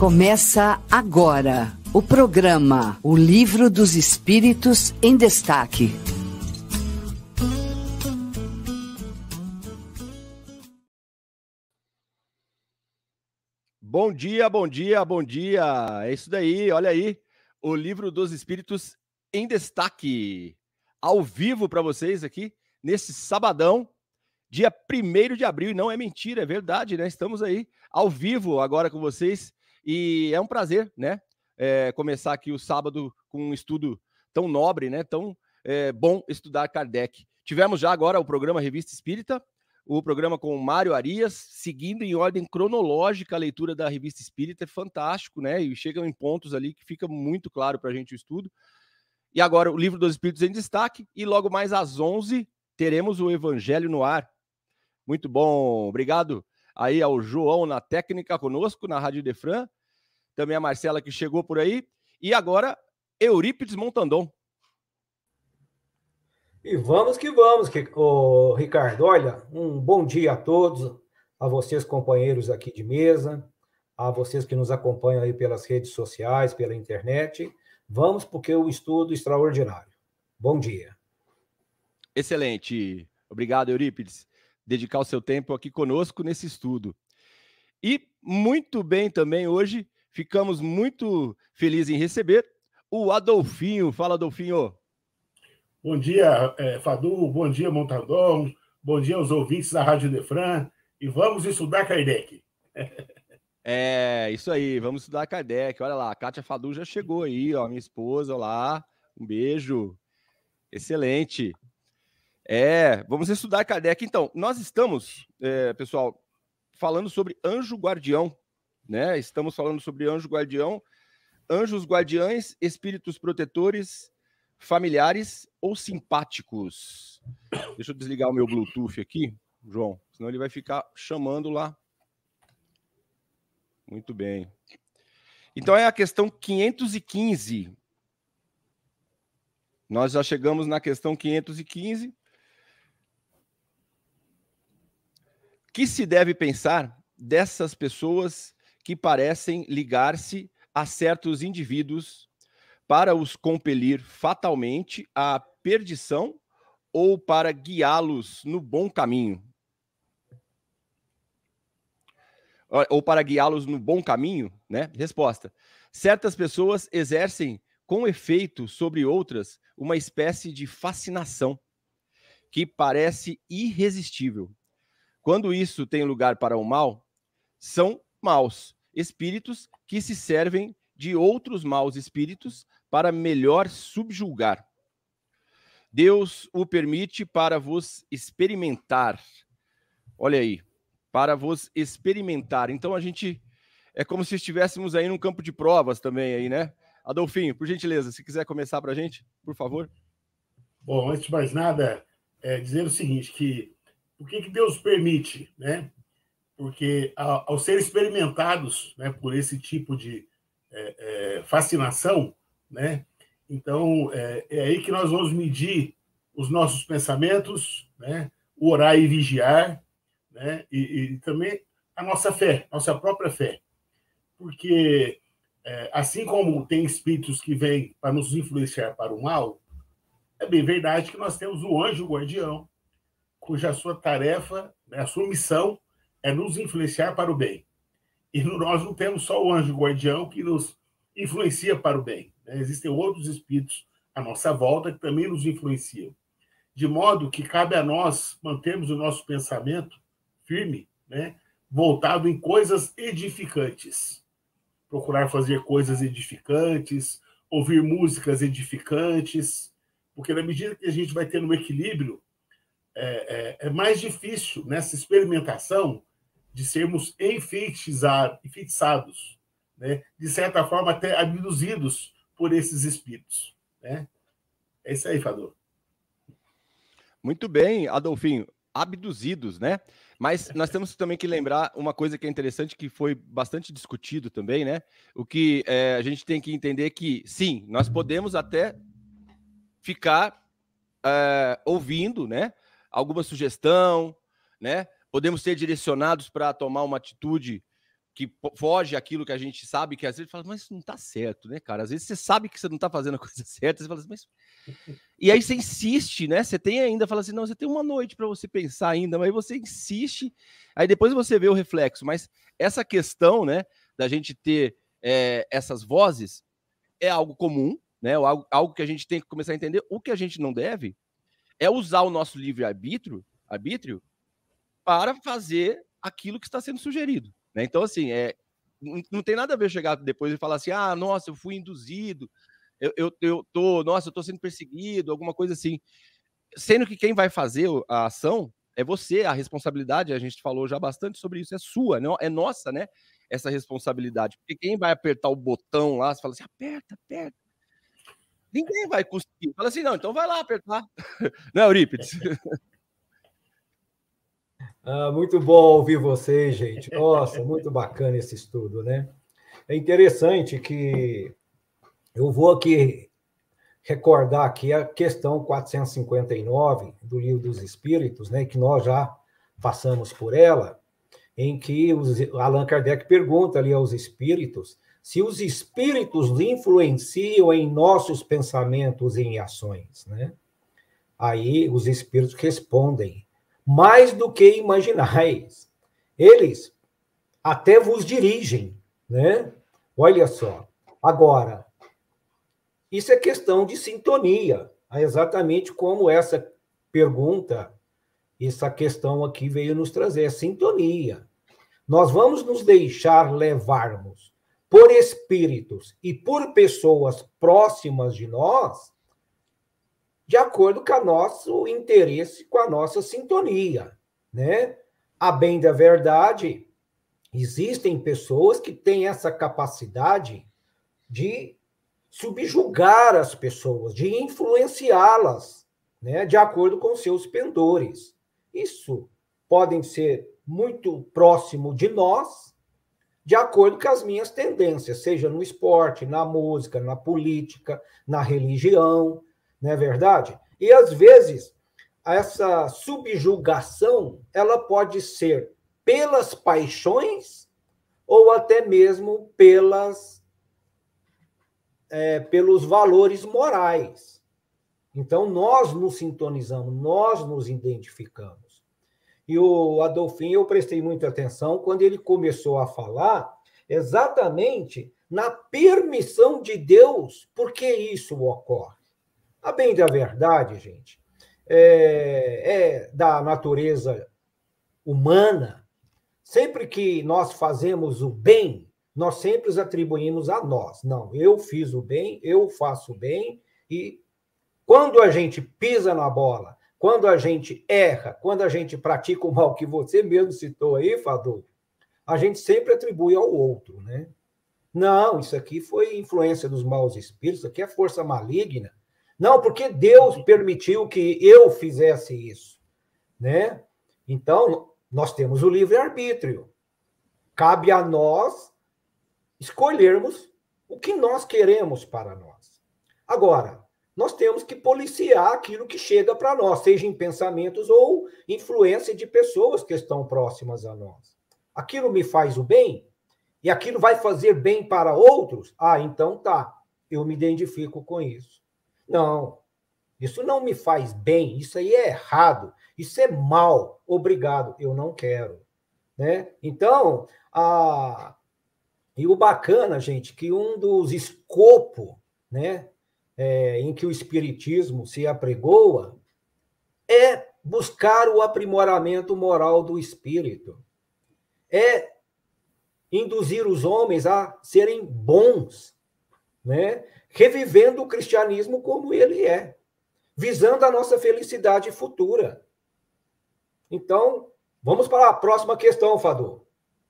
Começa agora o programa O Livro dos Espíritos em Destaque. Bom dia, bom dia, bom dia. É isso daí, olha aí. O Livro dos Espíritos em Destaque. Ao vivo para vocês aqui, nesse sabadão, dia 1º de abril. E não é mentira, é verdade, né? Estamos aí, ao vivo agora com vocês. E é um prazer, né? Começar aqui o sábado com um estudo tão nobre, né? Tão bom estudar Kardec. Tivemos já agora o programa Revista Espírita, o programa com o Mário Arias, seguindo em ordem cronológica a leitura da Revista Espírita, é fantástico, né? E chegam em pontos ali que fica muito claro para a gente o estudo. E agora o Livro dos Espíritos em Destaque, e logo mais às 11 teremos o Evangelho no Ar. Muito bom, obrigado aí ao João na técnica conosco, na Rádio Defran, também a Marcela que chegou por aí, e agora Eurípides Montandon. E vamos, Ricardo. Olha, um bom dia a todos, a vocês companheiros aqui de mesa, a vocês que nos acompanham aí pelas redes sociais, pela internet. Vamos porque o estudo é extraordinário. Bom dia. Excelente. Obrigado, Eurípides. Dedicar o seu tempo aqui conosco nesse estudo. E muito bem também hoje, ficamos muito felizes em receber o Adolfinho. Fala, Adolfinho. Bom dia, Fadu, bom dia, Montandon, bom dia aos ouvintes da Rádio Defran, e vamos estudar Kardec. Isso aí, vamos estudar Kardec. Olha lá, a Kátia Fadu já chegou aí, ó, minha esposa, olá, um beijo. Excelente. Vamos estudar Kardec. Então, nós estamos, pessoal, falando sobre anjo guardião, né? Estamos falando sobre anjo guardião, anjos guardiães, espíritos protetores, familiares ou simpáticos. Deixa eu desligar o meu Bluetooth aqui, João, senão ele vai ficar chamando lá. Muito bem. Então é a questão 515. Nós já chegamos na questão 515. Que se deve pensar dessas pessoas que parecem ligar-se a certos indivíduos para os compelir fatalmente à perdição ou para guiá-los no bom caminho? Ou para guiá-los no bom caminho, né? Resposta. Certas pessoas exercem com efeito sobre outras uma espécie de fascinação que parece irresistível. Quando isso tem lugar para o mal, são maus espíritos que se servem de outros maus espíritos para melhor subjugar. Deus o permite para vos experimentar. Olha aí, para vos experimentar. Então a gente é como se estivéssemos aí num campo de provas também aí, né? Adolfinho, por gentileza, se quiser começar para a gente, por favor. Bom, antes de mais nada, dizer o seguinte, que por que Deus permite, né? Porque ao ser experimentados, né, por esse tipo de fascinação, né? Então, é aí que nós vamos medir os nossos pensamentos, né? O orar e vigiar, né? E também a nossa fé, nossa própria fé. Porque, assim como tem espíritos que vêm para nos influenciar para o mal, é bem verdade que nós temos o anjo guardião, cuja sua tarefa, né, a sua missão é nos influenciar para o bem. E nós não temos só o anjo guardião que nos influencia para o bem, né? Existem outros espíritos à nossa volta que também nos influenciam. De modo que cabe a nós mantermos o nosso pensamento firme, né, voltado em coisas edificantes. Procurar fazer coisas edificantes, ouvir músicas edificantes, porque na medida que a gente vai tendo um equilíbrio, é mais difícil nessa experimentação de sermos enfeitiçados, né? De certa forma até abduzidos por esses espíritos, né? É isso aí, Fador. Muito bem, Adolfinho, abduzidos, né? Mas nós temos também que lembrar uma coisa que é interessante, que foi bastante discutido também, né? O que a gente tem que entender que, sim, nós podemos até ficar ouvindo, né? Alguma sugestão, né? Podemos ser direcionados para tomar uma atitude que foge aquilo que a gente sabe, que às vezes fala, mas isso não tá certo, né, cara? Às vezes você sabe que você não tá fazendo a coisa certa, você fala assim, mas... E aí você insiste, né? Você tem ainda, fala assim, não, você tem uma noite para você pensar ainda, mas você insiste, aí depois você vê o reflexo. Mas essa questão, né, da gente ter essas vozes é algo comum, né? Algo que a gente tem que começar a entender. O que a gente não deve é usar o nosso livre-arbítrio para fazer aquilo que está sendo sugerido, né? Então, assim, não tem nada a ver chegar depois e falar assim, ah, nossa, eu fui induzido, eu tô sendo perseguido, alguma coisa assim. Sendo que quem vai fazer a ação é você, a responsabilidade, a gente falou já bastante sobre isso, é sua, não é nossa, né? Essa responsabilidade. Porque quem vai apertar o botão lá, você fala assim, aperta. Ninguém vai conseguir. Fala assim, não, então vai lá apertar. Não é, Eurípides? Muito bom ouvir vocês, gente. Nossa, muito bacana esse estudo, né? É interessante que eu vou aqui recordar aqui a questão 459 do Livro dos Espíritos, né, que nós já passamos por ela, em que Allan Kardec pergunta ali aos espíritos se os espíritos influenciam em nossos pensamentos e em ações, né? Aí os espíritos respondem, mais do que imaginais. Eles até vos dirigem, né? Olha só. Agora, isso é questão de sintonia, exatamente como essa pergunta, essa questão aqui veio nos trazer, sintonia. Nós vamos nos deixar levarmos por espíritos e por pessoas próximas de nós, de acordo com o nosso interesse, com a nossa sintonia, né? A bem da verdade, existem pessoas que têm essa capacidade de subjugar as pessoas, de influenciá-las, né, de acordo com seus pendores. Isso podem ser muito próximo de nós, de acordo com as minhas tendências, seja no esporte, na música, na política, na religião, não é verdade? E, às vezes, essa subjugação, ela pode ser pelas paixões ou até mesmo pelos valores morais. Então, nós nos sintonizamos, nós nos identificamos. E o Adolfinho, eu prestei muita atenção quando ele começou a falar exatamente na permissão de Deus, por que isso ocorre. A bem da verdade, gente, é da natureza humana. Sempre que nós fazemos o bem, nós sempre os atribuímos a nós. Não, eu fiz o bem, eu faço o bem, e quando a gente pisa na bola, quando a gente erra, quando a gente pratica o mal que você mesmo citou aí, Fadu, a gente sempre atribui ao outro, né? Não, isso aqui foi influência dos maus espíritos, isso aqui é força maligna. Não, porque Deus permitiu que eu fizesse isso, né? Então, nós temos o livre-arbítrio. Cabe a nós escolhermos o que nós queremos para nós. Agora, nós temos que policiar aquilo que chega para nós, seja em pensamentos ou influência de pessoas que estão próximas a nós. Aquilo me faz o bem? E aquilo vai fazer bem para outros? Ah, então tá, eu me identifico com isso. Não, isso não me faz bem, isso aí é errado, isso é mal, obrigado, eu não quero. Né? Então, e o bacana, gente, que um dos escopos, né, em que o Espiritismo se apregoa é buscar o aprimoramento moral do espírito, é induzir os homens a serem bons, né, revivendo o cristianismo como ele é, visando a nossa felicidade futura. Então, vamos para a próxima questão, Fadu.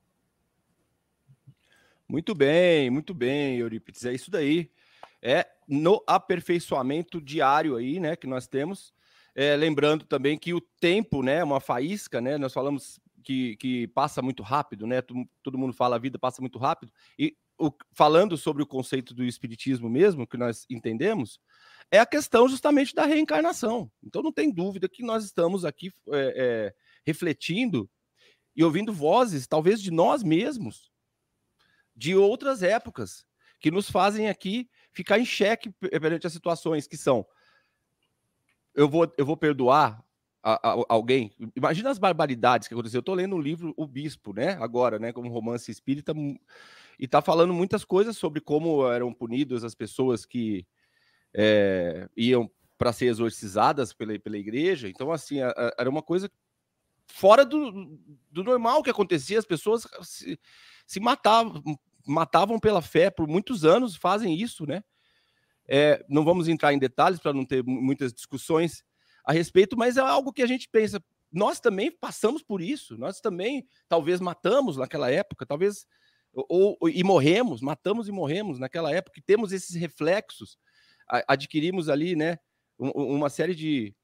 Muito bem, Eurípides. É isso daí. É no aperfeiçoamento diário aí, né, que nós temos. Lembrando também que o tempo, né, é uma faísca, né? Nós falamos que passa muito rápido, né? Todo mundo fala a vida passa muito rápido. E falando sobre o conceito do espiritismo mesmo, que nós entendemos, é a questão justamente da reencarnação. Então não tem dúvida que nós estamos aqui refletindo e ouvindo vozes, talvez de nós mesmos, de outras épocas, que nos fazem aqui ficar em xeque perante as situações que são: eu vou perdoar alguém? Imagina as barbaridades que aconteceu. Eu estou lendo um livro, O Bispo, né? Agora, né? Como romance espírita, e está falando muitas coisas sobre como eram punidas as pessoas que iam para ser exorcizadas pela igreja. Então, assim, era uma coisa fora do normal que acontecia. As pessoas se matavam pela fé por muitos anos, fazem isso, né? Não vamos entrar em detalhes para não ter muitas discussões a respeito, mas é algo que a gente pensa, nós também passamos por isso, nós também talvez matamos naquela época, talvez, matamos e morremos naquela época, e temos esses reflexos, adquirimos ali, né, uma série de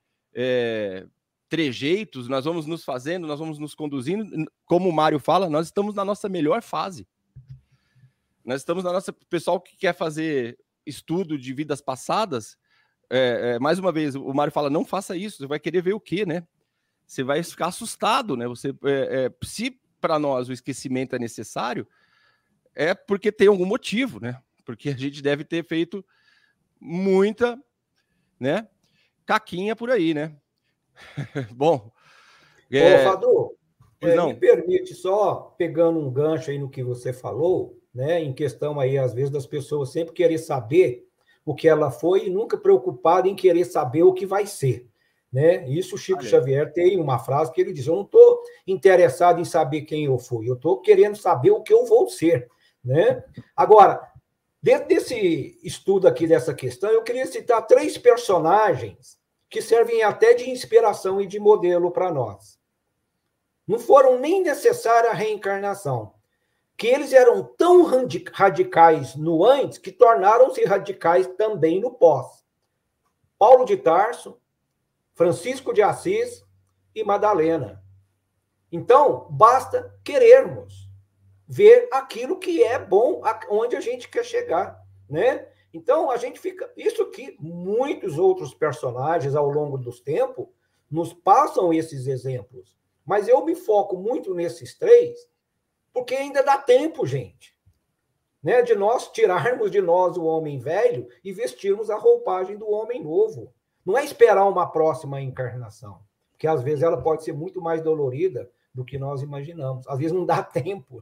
trejeitos, nós vamos nos fazendo, nós vamos nos conduzindo, como o Mário fala, nós estamos na nossa melhor fase. Nós estamos na nossa... Pessoal que quer fazer estudo de vidas passadas, mais uma vez, o Mário fala, não faça isso, você vai querer ver o quê, né? Você vai ficar assustado, né? Se para nós o esquecimento é necessário, é porque tem algum motivo, né? Porque a gente deve ter feito muita, né, caquinha por aí, né? Bom. Ô, Fadu, me permite só, pegando um gancho aí no que você falou, né, em questão aí, às vezes, das pessoas sempre querer saber o que ela foi e nunca preocupada em querer saber o que vai ser, né? Isso o Chico Xavier tem uma frase que ele diz: eu não estou interessado em saber quem eu fui, eu estou querendo saber o que eu vou ser, né? Agora, dentro desse estudo aqui dessa questão, eu queria citar 3 personagens que servem até de inspiração e de modelo para nós. Não foram nem necessária a reencarnação, que eles eram tão radicais no antes que tornaram-se radicais também no pós. Paulo de Tarso, Francisco de Assis e Madalena. Então, basta querermos ver aquilo que é bom, onde a gente quer chegar, né? Então, a gente fica... Isso que muitos outros personagens, ao longo dos tempos, nos passam esses exemplos. Mas eu me foco muito nesses 3, porque ainda dá tempo, gente, né, de nós tirarmos de nós o homem velho e vestirmos a roupagem do homem novo. Não é esperar uma próxima encarnação, porque às vezes ela pode ser muito mais dolorida do que nós imaginamos. Às vezes não dá tempo.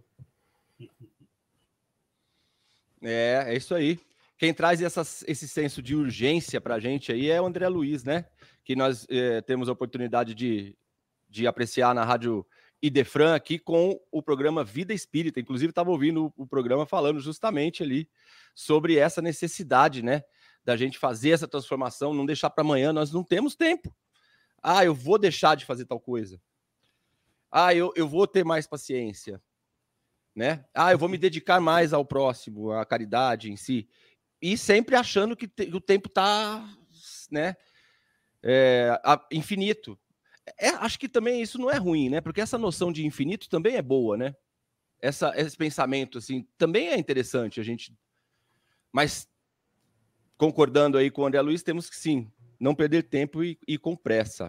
É isso aí. Quem traz esse senso de urgência para a gente aí é o André Luiz, né? Que nós temos a oportunidade de apreciar na Rádio Idefran aqui com o programa Vida Espírita. Inclusive, estava ouvindo o programa falando justamente ali sobre essa necessidade, né? Da gente fazer essa transformação, não deixar para amanhã, nós não temos tempo. Eu vou deixar de fazer tal coisa. Eu vou ter mais paciência, né? Eu vou me dedicar mais ao próximo, à caridade em si. E sempre achando que o tempo está, né, infinito. Acho que também isso não é ruim, né? Porque essa noção de infinito também é boa, né? Esse pensamento, assim, também é interessante a gente... Mas, concordando aí com o André Luiz, temos que, sim, não perder tempo e com pressa.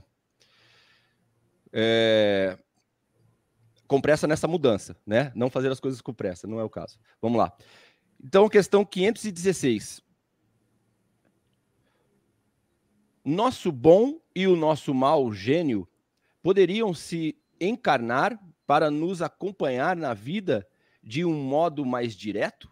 Com pressa nessa mudança, né? Não fazer as coisas com pressa, não é o caso. Vamos lá. Então, questão 516. Nosso bom e o nosso mau gênio poderiam se encarnar para nos acompanhar na vida de um modo mais direto?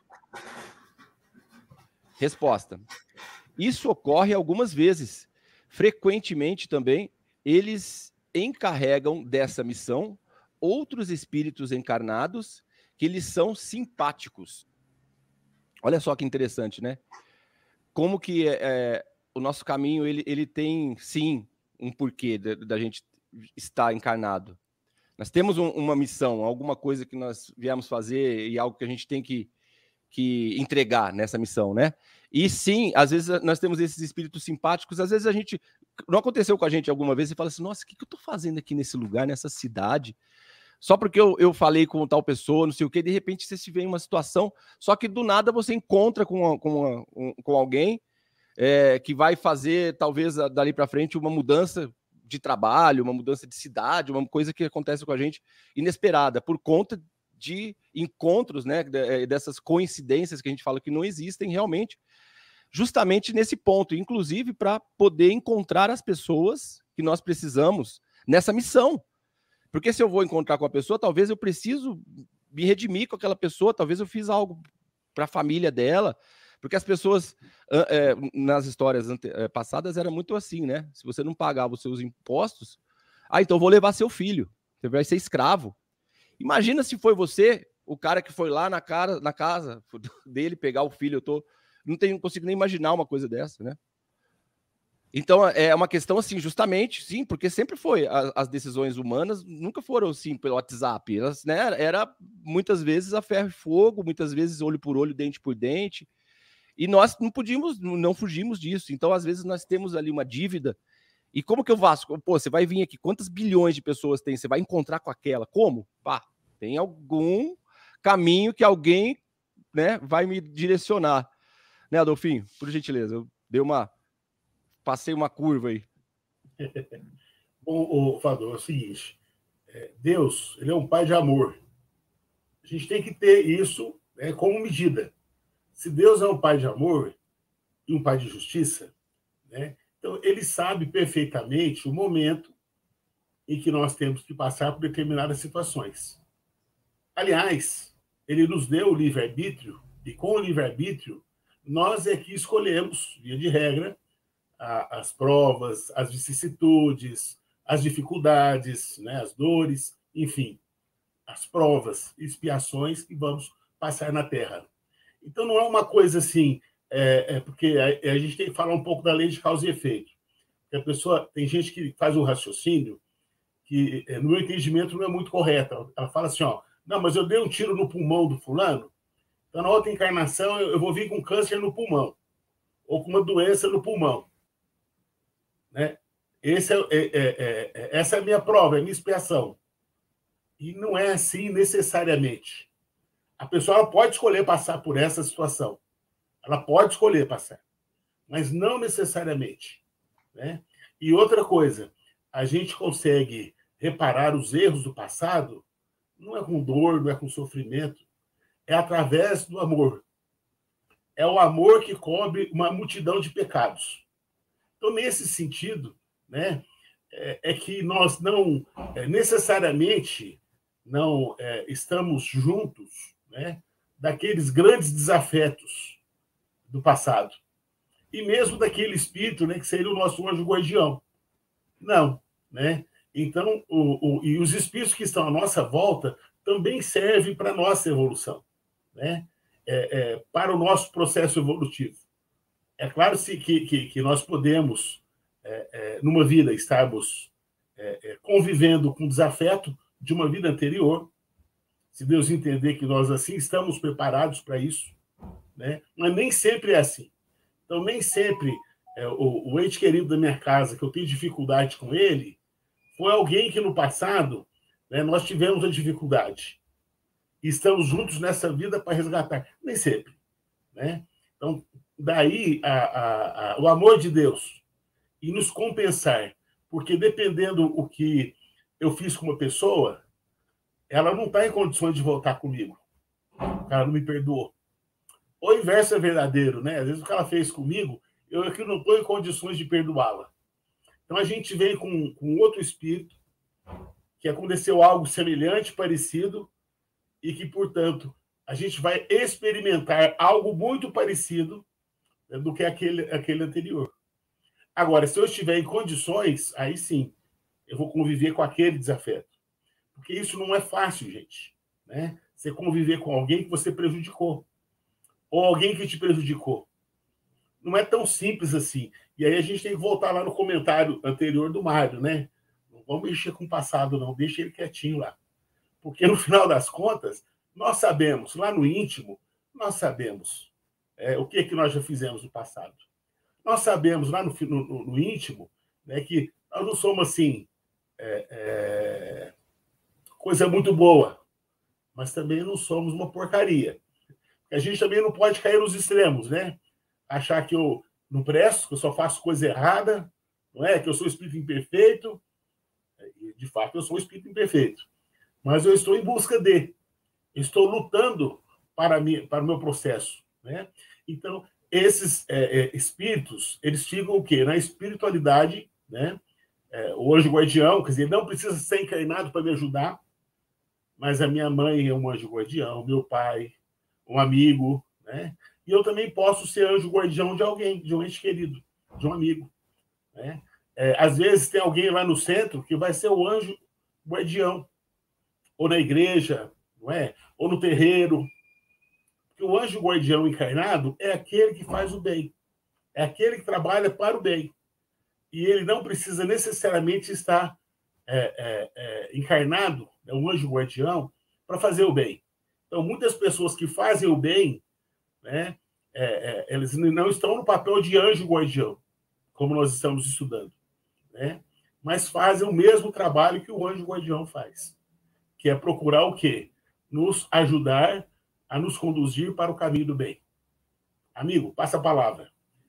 Resposta: isso ocorre algumas vezes. Frequentemente também, eles encarregam dessa missão outros espíritos encarnados que lhes são simpáticos. Olha só que interessante, né? Como que o nosso caminho ele tem, sim, um porquê da gente estar encarnado. Nós temos uma missão, alguma coisa que nós viemos fazer e algo que a gente tem que entregar nessa missão, né? E sim, às vezes nós temos esses espíritos simpáticos, às vezes a gente... Não aconteceu com a gente alguma vez, você fala assim, nossa, o que eu tô fazendo aqui nesse lugar, nessa cidade? Só porque eu falei com tal pessoa, não sei o quê, de repente você se vê em uma situação, só que do nada você encontra com alguém que vai fazer, talvez, dali para frente, uma mudança de trabalho, uma mudança de cidade, uma coisa que acontece com a gente inesperada, por conta de encontros, né, dessas coincidências que a gente fala que não existem realmente, justamente nesse ponto, inclusive para poder encontrar as pessoas que nós precisamos nessa missão. Porque se eu vou encontrar com a pessoa, talvez eu preciso me redimir com aquela pessoa, talvez eu fiz algo para a família dela, porque as pessoas, nas histórias passadas, era muito assim, né? Se você não pagava os seus impostos, então eu vou levar seu filho, você vai ser escravo. Imagina se foi você, o cara que foi lá na casa dele pegar o filho. Não consigo nem imaginar uma coisa dessa, né? Então, é uma questão assim, justamente, sim, porque sempre foi. As decisões humanas nunca foram assim pelo WhatsApp. Elas, né, era muitas vezes a ferro e fogo, muitas vezes olho por olho, dente por dente. E nós não fugimos disso. Então, às vezes, nós temos ali uma dívida. E como que eu faço? Pô, você vai vir aqui, quantas bilhões de pessoas tem? Você vai encontrar com aquela? Como? Pá, tem algum caminho que alguém, né, vai me direcionar. Né, Adolfinho? Por gentileza, eu passei uma curva aí. Bom, Fador, é o seguinte, Deus, ele é um pai de amor. A gente tem que ter isso, né, como medida. Se Deus é um pai de amor e um pai de justiça, né, então ele sabe perfeitamente o momento em que nós temos que passar por determinadas situações. Aliás, ele nos deu o livre-arbítrio, e com o livre-arbítrio, nós é que escolhemos, via de regra, as provas, as vicissitudes, as dificuldades, né, as dores, enfim, as provas, expiações que vamos passar na Terra. Então, não é uma coisa assim, porque a gente tem que falar um pouco da lei de causa e efeito. Porque a pessoa, tem gente que faz um raciocínio que, no meu entendimento, não é muito correto. Ela fala assim, não, mas eu dei um tiro no pulmão do fulano, então na outra encarnação eu vou vir com câncer no pulmão, ou com uma doença no pulmão. Né? Essa é a minha prova, é a minha expiação. E não é assim necessariamente. A pessoa ela pode escolher passar por essa situação. Ela pode escolher passar, mas não necessariamente. Né? E outra coisa, a gente consegue reparar os erros do passado, não é com dor, não é com sofrimento, é através do amor. É o amor que cobre uma multidão de pecados. Então, nesse sentido, né, é que nós não necessariamente não estamos juntos, né, daqueles grandes desafetos do passado. E mesmo daquele espírito, né, que seria o nosso anjo guardião. Não. Né? Então, e os espíritos que estão à nossa volta também servem para a nossa evolução, né? Para o nosso processo evolutivo. É claro que nós podemos, numa vida, estarmos convivendo com o desafeto de uma vida anterior, se Deus entender que nós assim estamos preparados para isso, né? Mas nem sempre é assim. Então, nem sempre o ente querido da minha casa, que eu tenho dificuldade com ele, foi alguém que no passado, né, nós tivemos a dificuldade. E estamos juntos nessa vida para resgatar. Nem sempre. Né? Então, daí o amor de Deus e nos compensar. Porque dependendo o que eu fiz com uma pessoa, ela não está em condições de voltar comigo. Ela não me perdoou. O inverso é verdadeiro. Né? Às vezes o que ela fez comigo, eu aqui não estou em condições de perdoá-la. Então a gente vem com outro espírito, que aconteceu algo semelhante, parecido, e que, portanto, a gente vai experimentar algo muito parecido, né, do que aquele anterior. Agora, se eu estiver em condições, aí sim, eu vou conviver com aquele desafeto. Porque isso não é fácil, gente. Né? Você conviver com alguém que você prejudicou, ou alguém que te prejudicou. Não é tão simples assim. E aí a gente tem que voltar lá no comentário anterior do Mário, né? Não vamos mexer com o passado, não. Deixa ele quietinho lá. Porque, no final das contas, nós sabemos, lá no íntimo, nós sabemos o que nós já fizemos no passado. Nós sabemos, lá no íntimo, né, que nós não somos, assim, coisa muito boa, mas também não somos uma porcaria. A gente também não pode cair nos extremos, né? Achar que eu não presto, que eu só faço coisa errada, não é? Que eu sou espírito imperfeito. De fato, eu sou espírito imperfeito. Mas eu estou em busca de. Estou lutando para o meu processo, né? Então, esses espíritos, eles ficam o quê? Na espiritualidade, né? O anjo guardião, quer dizer, não precisa ser encarnado para me ajudar, mas a minha mãe é um anjo guardião, meu pai, um amigo, né? E eu também posso ser anjo guardião de alguém, de um ente querido, de um amigo, né? Às vezes tem alguém lá no centro que vai ser o anjo guardião, ou na igreja, não é? Ou no terreiro. Porque o anjo guardião encarnado é aquele que faz o bem, é aquele que trabalha para o bem. E ele não precisa necessariamente estar encarnado, é um anjo guardião, para fazer o bem. Então, muitas pessoas que fazem o bem, né, eles não estão no papel de anjo guardião, como nós estamos estudando, né, mas fazem o mesmo trabalho que o anjo guardião faz, que é procurar o quê? Nos ajudar a nos conduzir para o caminho do bem. Amigo, passa a palavra.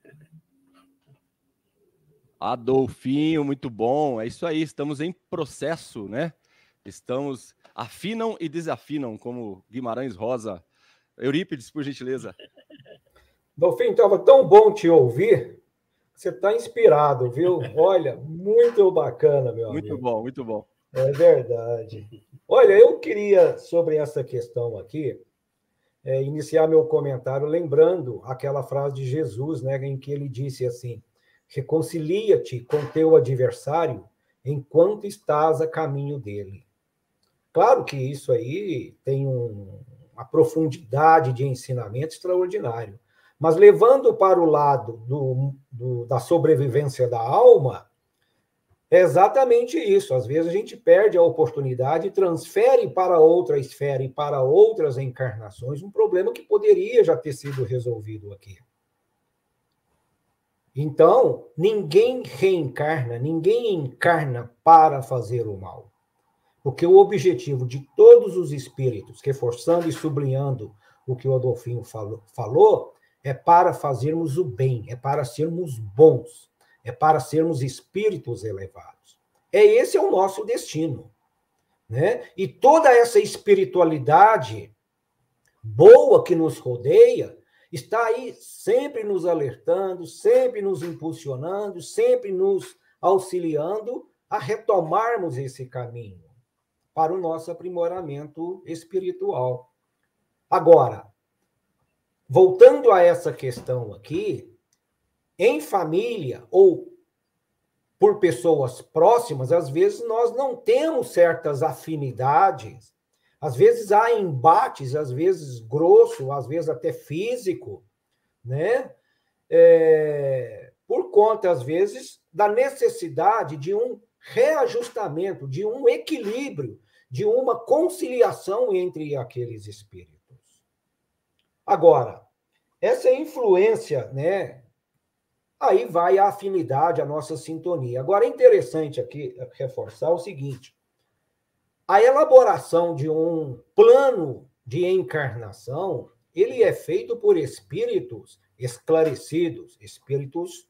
Adolfinho, muito bom. É isso aí, estamos em processo, né? Afinam e desafinam, como Guimarães Rosa. Eurípides, por gentileza. Adolfinho, estava tão bom te ouvir. Você está inspirado, viu? Olha, muito bacana, meu amigo. Muito bom, muito bom. É verdade. Olha, eu queria, sobre essa questão aqui, iniciar meu comentário lembrando aquela frase de Jesus, né, em que ele disse assim: reconcilia-te com teu adversário enquanto estás a caminho dele. Claro que isso aí tem uma profundidade de ensinamento extraordinário, mas levando para o lado da sobrevivência da alma, é exatamente isso. Às vezes a gente perde a oportunidade e transfere para outra esfera e para outras encarnações um problema que poderia já ter sido resolvido aqui. Então, ninguém reencarna, ninguém encarna para fazer o mal. Porque o objetivo de todos os espíritos, reforçando e sublinhando o que o Adolfinho falou, é para fazermos o bem, é para sermos bons, é para sermos espíritos elevados. Esse é o nosso destino, né? E toda essa espiritualidade boa que nos rodeia está aí sempre nos alertando, sempre nos impulsionando, sempre nos auxiliando a retomarmos esse caminho para o nosso aprimoramento espiritual. Agora, voltando a essa questão aqui, em família ou por pessoas próximas, às vezes nós não temos certas afinidades, às vezes há embates, às vezes grosso, às vezes até físico, né? Por conta, às vezes, da necessidade de um reajustamento, de um equilíbrio, de uma conciliação entre aqueles espíritos. Agora, essa influência, né? Aí vai a afinidade, a nossa sintonia. Agora, é interessante aqui reforçar o seguinte: a elaboração de um plano de encarnação, ele é feito por espíritos esclarecidos, espíritos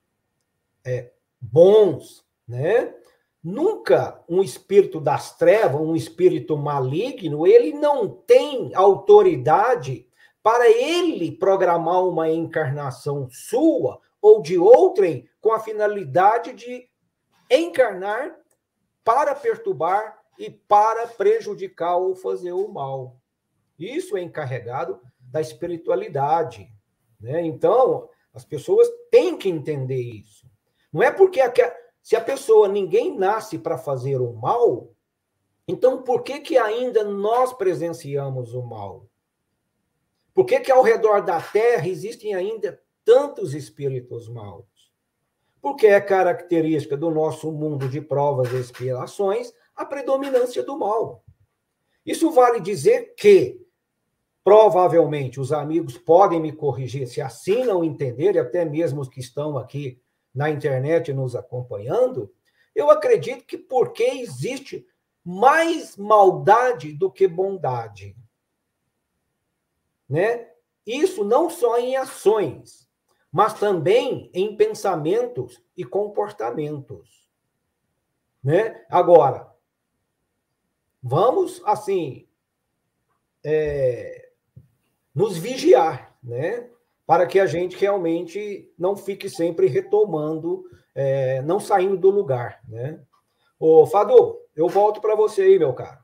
bons, né? Nunca um espírito das trevas, um espírito maligno, ele não tem autoridade para ele programar uma encarnação sua ou de outrem com a finalidade de encarnar para perturbar e para prejudicar ou fazer o mal. Isso é encarregado da espiritualidade, né? Então, as pessoas têm que entender isso. Não é porque se a pessoa, ninguém nasce para fazer o mal, então por que ainda nós presenciamos o mal? Por que ao redor da Terra existem ainda tantos espíritos maus? Porque é característica do nosso mundo de provas e expiações a predominância do mal. Isso vale dizer que, provavelmente, os amigos podem me corrigir se assim não entenderem, até mesmo os que estão aqui na internet nos acompanhando, eu acredito que porque existe mais maldade do que bondade, né? Isso não só em ações, mas também em pensamentos e comportamentos, né? Agora, vamos, assim, nos vigiar, né? Para que a gente realmente não fique sempre retomando, não saindo do lugar, né? Ô, Fadu, eu volto para você aí, meu caro.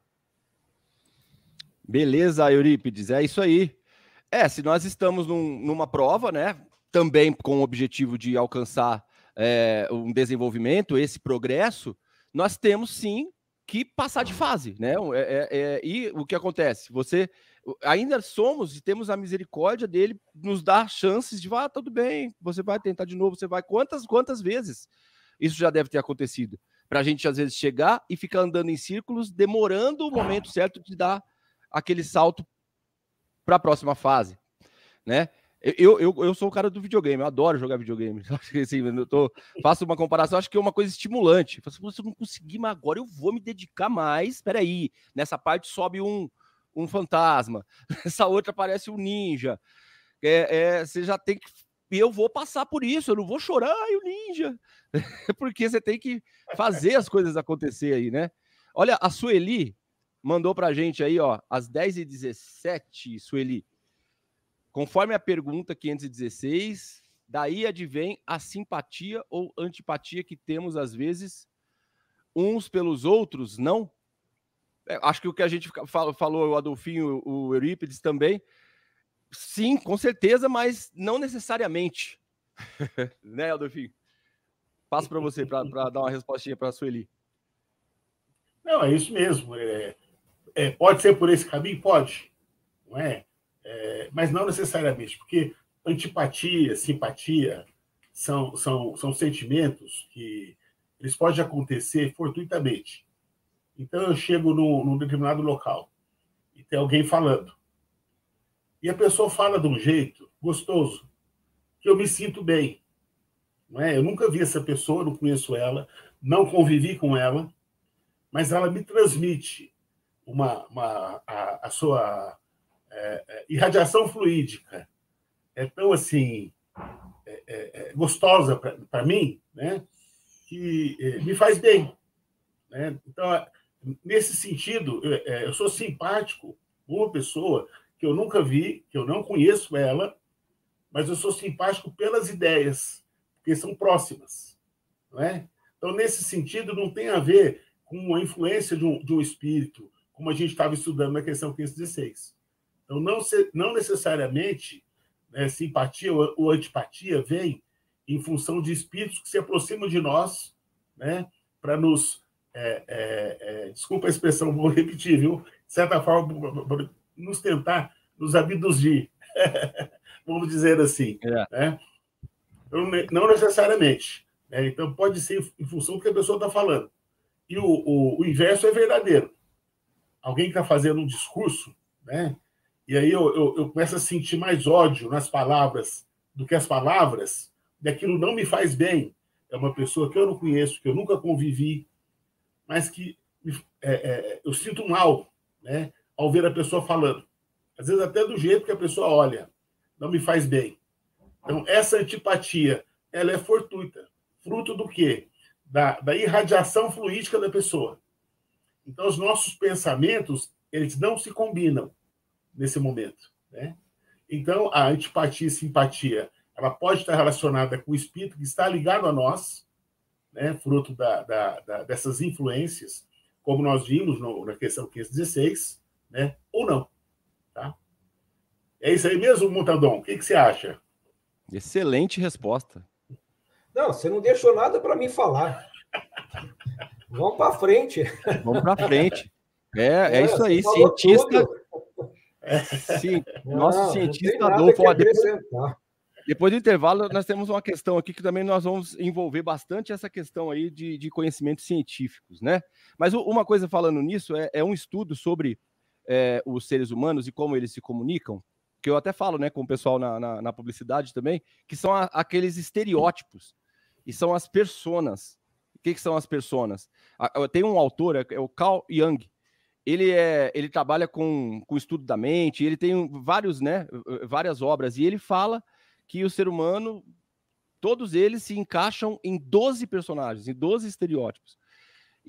Beleza, Eurípides, é isso aí. Se nós estamos numa prova, né, também com o objetivo de alcançar um desenvolvimento, esse progresso, nós temos sim que passar de fase, né? E o que acontece? Você ainda somos e temos a misericórdia dele, nos dar chances de tudo bem, você vai tentar de novo, você vai quantas vezes isso já deve ter acontecido, para a gente às vezes chegar e ficar andando em círculos, demorando o momento certo de dar aquele salto para a próxima fase, né? Eu sou o cara do videogame, eu adoro jogar videogame. Assim, faço uma comparação, acho que é uma coisa estimulante. Se eu não conseguir, mas agora eu vou me dedicar mais. Espera aí, nessa parte sobe um fantasma, nessa outra aparece um ninja. Você já tem que... Eu vou passar por isso, eu não vou chorar, o ninja. Porque você tem que fazer as coisas acontecer aí, né? Olha, a Sueli mandou pra gente aí, ó, às 10h17, Sueli. Conforme a pergunta 516, daí advém a simpatia ou antipatia que temos, às vezes, uns pelos outros, não? Acho que o que a gente falou, o Adolfinho, o Eurípides também, sim, com certeza, mas não necessariamente. Né, Adolfinho? Passo para você, para dar uma respostinha para a Sueli. Não, é isso mesmo. Pode ser por esse caminho? Pode. Não é? Mas não necessariamente, porque antipatia, simpatia são sentimentos que eles podem acontecer fortuitamente. Então, eu chego num determinado local e tem alguém falando. E a pessoa fala de um jeito gostoso, que eu me sinto bem. Não é? Eu nunca vi essa pessoa, não conheço ela, não convivi com ela, mas ela me transmite a sua irradiação fluídica. É tão assim gostosa para mim, né, que me faz bem, né? Então, nesse sentido, eu sou simpático com uma pessoa que eu nunca vi, que eu não conheço ela, mas eu sou simpático pelas ideias, porque são próximas, não é? Então, nesse sentido, não tem a ver com a influência de um espírito, como a gente estava estudando na questão 516. Então, não necessariamente simpatia ou antipatia vem em função de espíritos que se aproximam de nós, né, para nos... desculpa a expressão, vou repetir, viu? De certa forma, nos tentar nos abduzir, vamos dizer assim. Né? Não necessariamente. Né? Então, pode ser em função do que a pessoa está falando. E o inverso é verdadeiro. Alguém está fazendo um discurso, né? E aí eu começo a sentir mais ódio nas palavras do que as palavras, daquilo não me faz bem. É uma pessoa que eu não conheço, que eu nunca convivi, mas que eu sinto mal, né, ao ver a pessoa falando. Às vezes até do jeito que a pessoa olha, não me faz bem. Então, essa antipatia, ela é fortuita. Fruto do quê? Da irradiação fluídica da pessoa. Então, os nossos pensamentos, eles não se combinam nesse momento, né? Então, a antipatia e simpatia, ela pode estar relacionada com o espírito que está ligado a nós, né? Fruto dessas influências, como nós vimos na questão 516, né? Ou não, tá? É isso aí mesmo, Montandon? O que você acha? Excelente resposta. Não, você não deixou nada para mim falar. Vamos para frente. Vamos para frente. É isso aí, cientista. Sim, nosso cientista Adolfo. Depois do intervalo, nós temos uma questão aqui que também nós vamos envolver bastante essa questão aí de conhecimentos científicos, né? Mas uma coisa falando nisso é um estudo sobre os seres humanos e como eles se comunicam, que eu até falo, né, com o pessoal na publicidade também, que são aqueles estereótipos e são as personas. O que são as personas? Tem um autor, é o Carl Jung. Ele trabalha com o estudo da mente, ele tem várias obras, e ele fala que o ser humano, todos eles se encaixam em 12 personagens, em 12 estereótipos.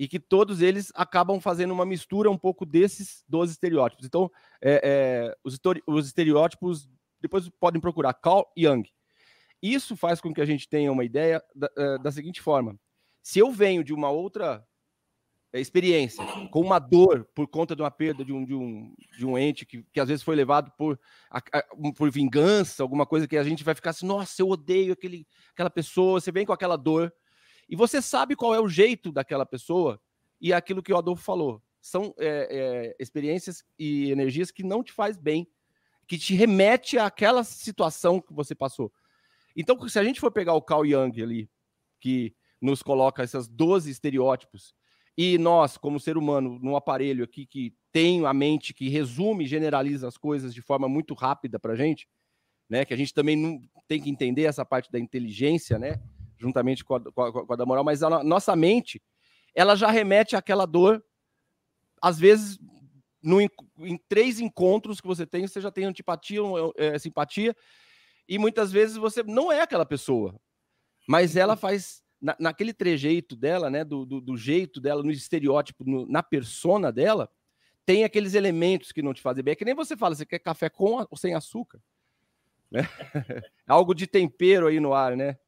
e que todos eles acabam fazendo uma mistura um pouco desses 12 estereótipos. Então, os estereótipos, depois podem procurar, Carl Jung. Isso faz com que a gente tenha uma ideia da seguinte forma. Se eu venho de uma outra experiência, com uma dor por conta de uma perda de um ente que às vezes foi levado por vingança, alguma coisa que a gente vai ficar assim, nossa, eu odeio aquela pessoa, você vem com aquela dor, e você sabe qual é o jeito daquela pessoa, e aquilo que o Adolfo falou, são experiências e energias que não te faz bem, que te remete àquela situação que você passou. Então, se a gente for pegar o Carl Jung ali, que nos coloca esses 12 estereótipos, e nós, como ser humano, num aparelho aqui que tem a mente que resume e generaliza as coisas de forma muito rápida para a gente, né? Que a gente também não tem que entender essa parte da inteligência, né? Juntamente com a da moral, mas a nossa mente, ela já remete àquela dor, às vezes, em 3 encontros que você já tem antipatia, simpatia, e muitas vezes você não é aquela pessoa, mas ela faz... Naquele trejeito dela, né, do jeito dela, no estereótipo, na persona dela, tem aqueles elementos que não te fazem bem. É que nem você fala, você quer café com ou sem açúcar? Né? Algo de tempero aí no ar, né?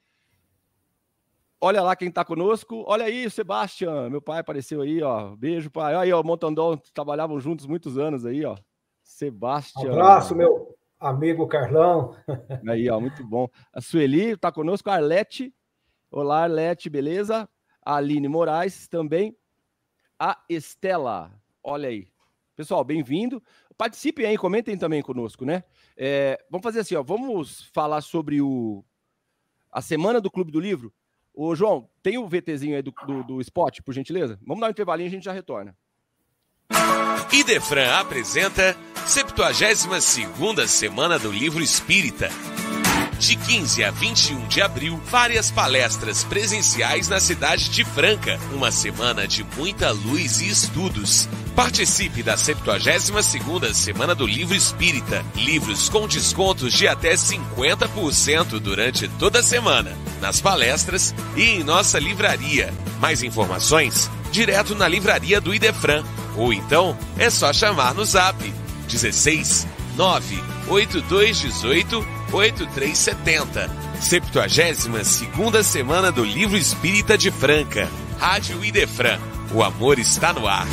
Olha lá quem está conosco. Olha aí, o Sebastião, meu pai apareceu aí, ó. Beijo, pai. Olha aí, ó, o Montandol, trabalhavam juntos muitos anos aí, ó. Sebastião. Abraço, meu amigo Carlão. Aí, ó, muito bom. A Sueli está conosco, a Arlete. Olá, Arlete, beleza? A Aline Moraes também. A Estela, olha aí. Pessoal, bem-vindo. Participem aí, comentem também conosco, né? Vamos fazer assim, ó. Vamos falar sobre a semana do Clube do Livro. Ô, João, tem o VTzinho aí do Spot, por gentileza? Vamos dar um intervalinho e a gente já retorna. Idefran apresenta 72ª Semana do Livro Espírita. De 15 a 21 de abril, várias palestras presenciais na cidade de Franca. Uma semana de muita luz e estudos. Participe da 72ª Semana do Livro Espírita. Livros com descontos de até 50% durante toda a semana. Nas palestras e em nossa livraria. Mais informações? Direto na livraria do Idefran. Ou então, é só chamar no Zap 16 98218 8370. 72ª Semana do Livro Espírita de Franca. Rádio Idefran. O amor está no ar.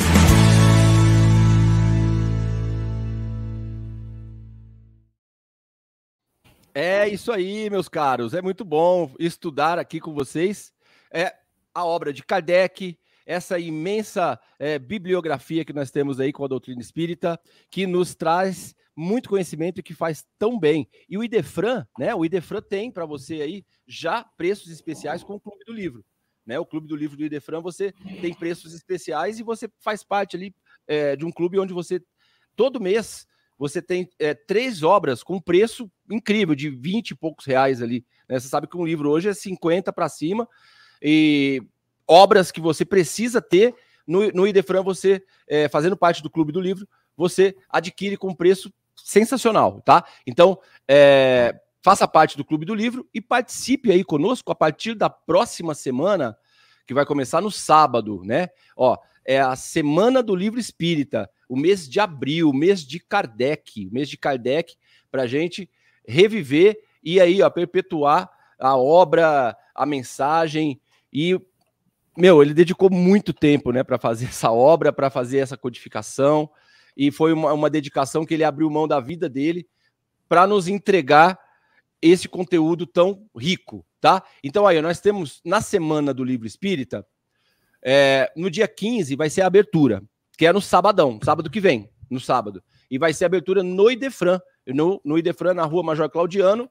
É isso aí, meus caros. É muito bom estudar aqui com vocês. A obra de Kardec, essa imensa bibliografia que nós temos aí com a doutrina espírita, que nos traz muito conhecimento e que faz tão bem. E o Idefran, né? O Idefran tem para você aí já preços especiais com o Clube do Livro, né? O Clube do Livro do Idefran, você tem preços especiais e você faz parte ali de um clube onde você, todo mês, você tem 3 obras com preço incrível, de 20 e poucos reais ali, né? Você sabe que um livro hoje é 50 para cima, e obras que você precisa ter no Idefran, você, fazendo parte do Clube do Livro, você adquire com preço sensacional, tá? Então, faça parte do Clube do Livro e participe aí conosco a partir da próxima semana, que vai começar no sábado, né? Ó, é a Semana do Livro Espírita, o mês de abril, o mês de Kardec, pra gente reviver e aí, ó, perpetuar a obra, a mensagem. E, ele dedicou muito tempo, né, para fazer essa obra, para fazer essa codificação. E foi uma dedicação que ele abriu mão da vida dele para nos entregar esse conteúdo tão rico, tá? Então aí, nós temos na Semana do Livro Espírita, no dia 15 vai ser a abertura, que é no sabadão, sábado que vem, no sábado. E vai ser a abertura no Idefran, no Idefran, na Rua Major Claudiano,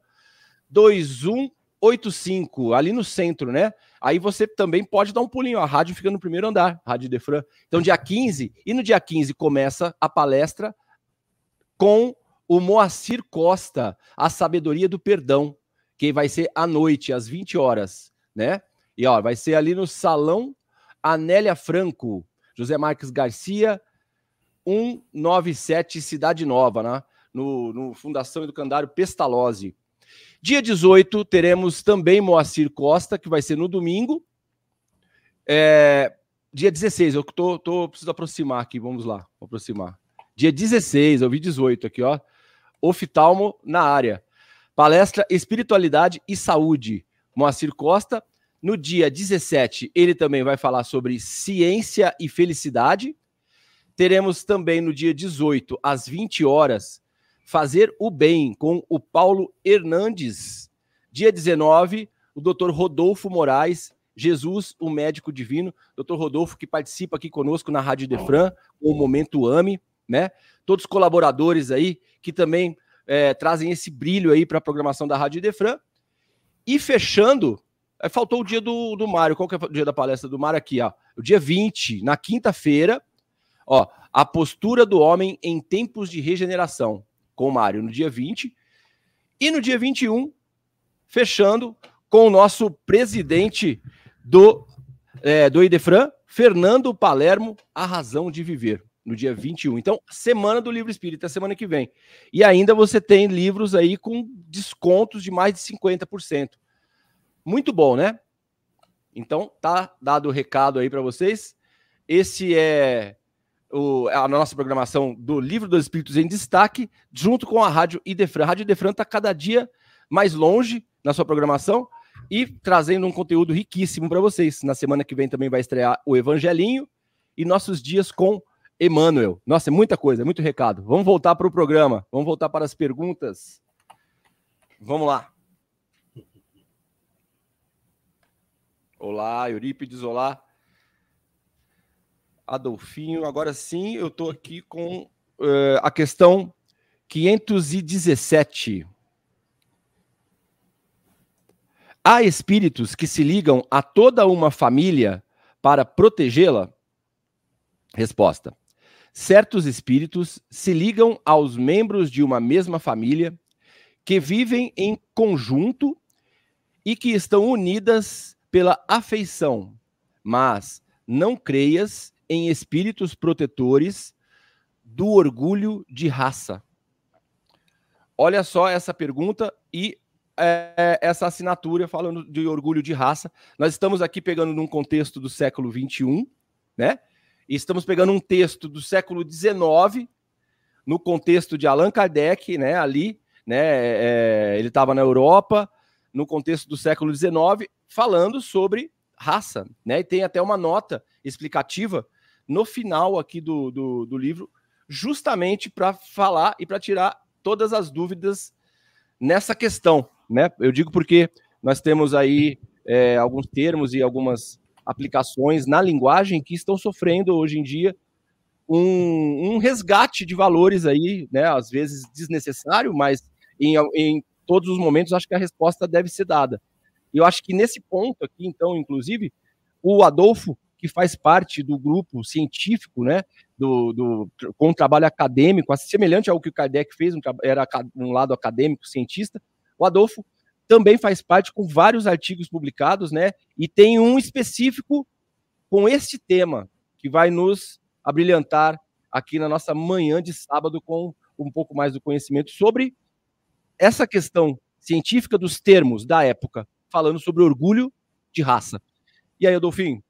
2185, ali no centro, né? Aí você também pode dar um pulinho, a rádio fica no primeiro andar, Rádio Idefran. Então, dia 15, e no dia 15 começa a palestra com o Moacir Costa, A Sabedoria do Perdão, que vai ser à noite, às 20 horas, né? E, ó, vai ser ali no Salão Anélia Franco, José Marques Garcia, 197, Cidade Nova, né? No Fundação Educandário Pestalozzi. Dia 18, teremos também Moacir Costa, que vai ser no domingo. dia 16, eu preciso aproximar aqui, vamos lá, vou aproximar. Dia 16, eu vi 18 aqui, ó. Oftalmo na área. Palestra Espiritualidade e Saúde, Moacir Costa. No dia 17, ele também vai falar sobre ciência e felicidade. Teremos também no dia 18, às 20 horas, Fazer o Bem, com o Paulo Hernandes. Dia 19, o Dr. Rodolfo Moraes, Jesus, o Médico Divino. Dr. Rodolfo, que participa aqui conosco na Rádio Idefran, com o Momento AME, né? Todos os colaboradores aí, que também trazem esse brilho aí para a programação da Rádio Idefran. E fechando, faltou o dia do Mário. Qual que é o dia da palestra do Mário? Aqui, ó. O dia 20, na quinta-feira, ó, a postura do homem em tempos de regeneração, com o Mário, no dia 20. E no dia 21, fechando com o nosso presidente do Idefran, Fernando Palermo, A Razão de Viver, no dia 21. Então, semana do Livro Espírita, semana que vem. E ainda você tem livros aí com descontos de mais de 50%. Muito bom, né? Então, tá dado o recado aí para vocês. Esse é a nossa programação do Livro dos Espíritos em Destaque, junto com a Rádio Idefran. A Rádio Idefran está cada dia mais longe na sua programação e trazendo um conteúdo riquíssimo para vocês. Na semana que vem também vai estrear o Evangelinho e nossos dias com Emmanuel. Nossa, é muita coisa, é muito recado. Vamos voltar para o programa, vamos voltar para as perguntas. Vamos lá. Olá, Eurípides, olá. Adolfinho, agora sim, eu estou aqui com a questão 517. Há espíritos que se ligam a toda uma família para protegê-la? Resposta. Certos espíritos se ligam aos membros de uma mesma família que vivem em conjunto e que estão unidas pela afeição, mas não creias em espíritos protetores do orgulho de raça. Olha só essa pergunta e essa assinatura falando de orgulho de raça. Nós estamos aqui pegando num contexto do século XXI, né? E estamos pegando um texto do século XIX, no contexto de Allan Kardec, né? Ali, né? Ele estava na Europa, no contexto do século XIX, falando sobre raça, né? E tem até uma nota explicativa no final aqui do livro, justamente para falar e para tirar todas as dúvidas nessa questão, né? Eu digo porque nós temos aí alguns termos e algumas aplicações na linguagem que estão sofrendo hoje em dia um resgate de valores aí, né? Às vezes desnecessário, mas em todos os momentos acho que a resposta deve ser dada. E eu acho que nesse ponto aqui, então, inclusive, o Adolfo, que faz parte do grupo científico, né, com um trabalho acadêmico, semelhante ao que o Kardec fez, era um lado acadêmico, cientista, o Adolfo também faz parte com vários artigos publicados, né, e tem um específico com este tema, que vai nos abrilhantar aqui na nossa manhã de sábado com um pouco mais do conhecimento sobre essa questão científica dos termos da época, falando sobre orgulho de raça. E aí, Adolfinho?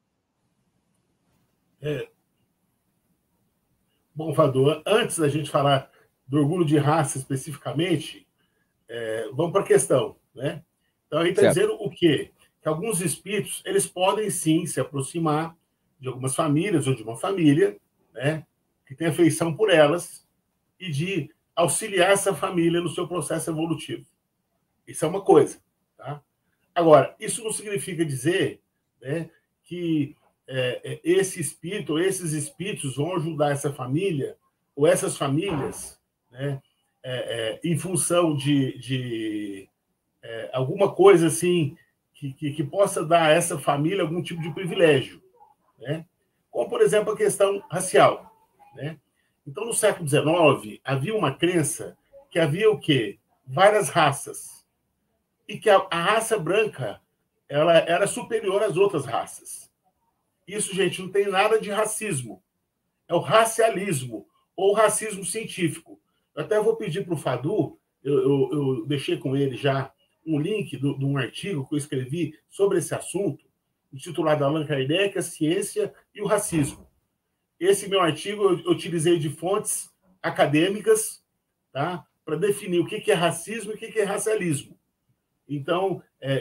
Bom, Vador, antes da gente falar do orgulho de raça especificamente, vamos para a questão, né? Então, a gente está dizendo o quê? Que alguns espíritos, eles podem, sim, se aproximar de algumas famílias ou de uma família, né, que tem afeição por elas e de auxiliar essa família no seu processo evolutivo. Isso é uma coisa, tá? Agora, isso não significa dizer, né, que esse espírito, ou esses espíritos vão ajudar essa família, ou essas famílias, né, em função de alguma coisa assim que possa dar a essa família algum tipo de privilégio, né? Como, por exemplo, a questão racial, né? Então, no século XIX, havia uma crença que havia o quê? Várias raças. E que a raça branca ela era superior às outras raças. Isso, gente, não tem nada de racismo. É o racialismo, ou racismo científico. Eu até vou pedir para o Fadu, eu deixei com ele já um link de um artigo que eu escrevi sobre esse assunto, intitulado Allan Kardec, a Ciência e o Racismo. Esse meu artigo eu utilizei de fontes acadêmicas, tá? Para definir o que é racismo e o que é racialismo. Então,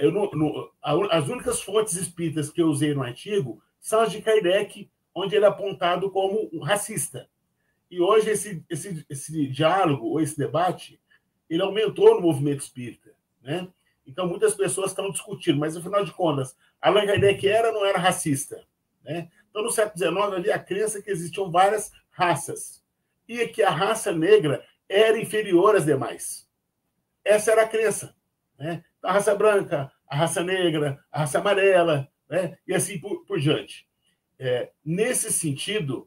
as únicas fontes espíritas que eu usei no artigo são as de Kardec, onde ele é apontado como um racista. E hoje esse diálogo, ou esse debate, ele aumentou no movimento espírita, né? Então, muitas pessoas estão discutindo, mas, afinal de contas, Allan Kardec era ou não era racista? Né? Então, no século XIX, havia a crença que existiam várias raças e que a raça negra era inferior às demais. Essa era a crença. Né? Então, a raça branca, a raça negra, a raça amarela, né? E assim por diante. Nesse sentido,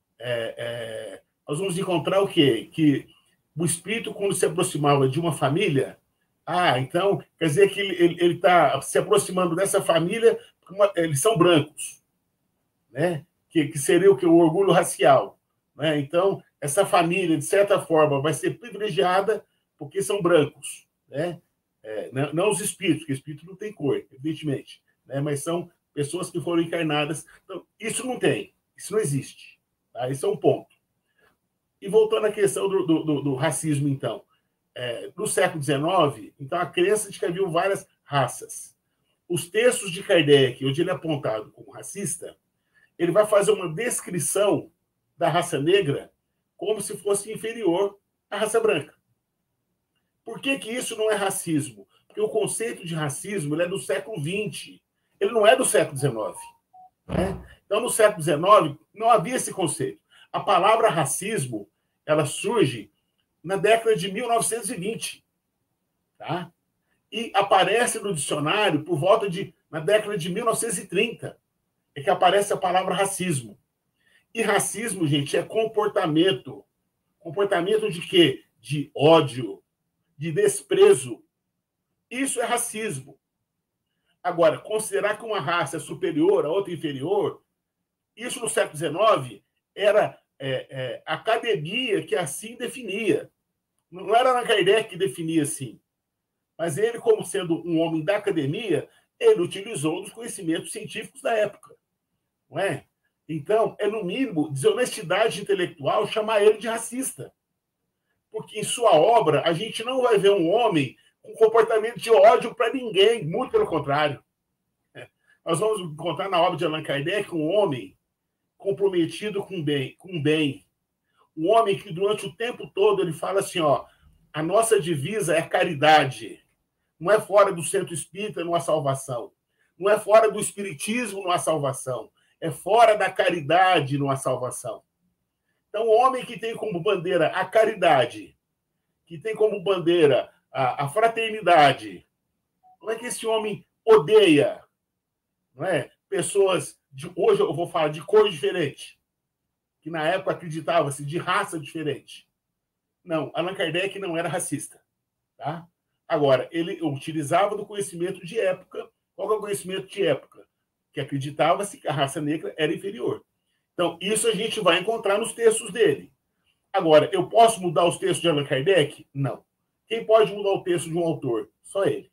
nós vamos encontrar o quê? Que o espírito, quando se aproximava de uma família, então quer dizer que ele está se aproximando dessa família, eles são brancos, né? Que seria o orgulho racial. Né? Então, essa família, de certa forma, vai ser privilegiada porque são brancos. Né? Não os espíritos, porque espírito não tem cor, evidentemente, né? Mas são pessoas que foram encarnadas. Então, isso não tem, isso não existe. Tá? Esse é um ponto. E voltando à questão do racismo, então. No século XIX, então, a crença de que havia várias raças. Os textos de Kardec, onde ele é apontado como racista, ele vai fazer uma descrição da raça negra como se fosse inferior à raça branca. Por que isso não é racismo? Porque o conceito de racismo ele é do século XX, ele não é do século XIX. Né? Então, no século XIX, não havia esse conceito. A palavra racismo ela surge na década de 1920. Tá? E aparece no dicionário por volta na década de 1930. É que aparece a palavra racismo. E racismo, gente, é comportamento. Comportamento de quê? De ódio, de desprezo. Isso é racismo. Agora, considerar que uma raça é superior a outra inferior, isso no século XIX era a academia que assim definia. Não era Allan Kardec que definia assim. Mas ele, como sendo um homem da academia, ele utilizou os conhecimentos científicos da época. Não é? Então, no mínimo, desonestidade intelectual chamar ele de racista. Porque em sua obra, a gente não vai ver um homem com comportamento de ódio para ninguém, muito pelo contrário. Nós vamos encontrar na obra de Allan Kardec um homem comprometido com o bem. Um homem que, durante o tempo todo, ele fala assim, a nossa divisa é a caridade. Não é fora do centro espírita, não há salvação. Não é fora do espiritismo, não há salvação. É fora da caridade, não há salvação. Então, o homem que tem como bandeira a caridade, que tem como bandeira a fraternidade, como é que esse homem odeia, não é? Pessoas hoje eu vou falar de cor diferente, que na época acreditava-se de raça diferente. Não, Allan Kardec não era racista. Tá? Agora, ele utilizava do conhecimento de época. Qual é o conhecimento de época? Que acreditava-se que a raça negra era inferior. Então, isso a gente vai encontrar nos textos dele. Agora, eu posso mudar os textos de Allan Kardec? Não. Quem pode mudar o texto de um autor? Só ele.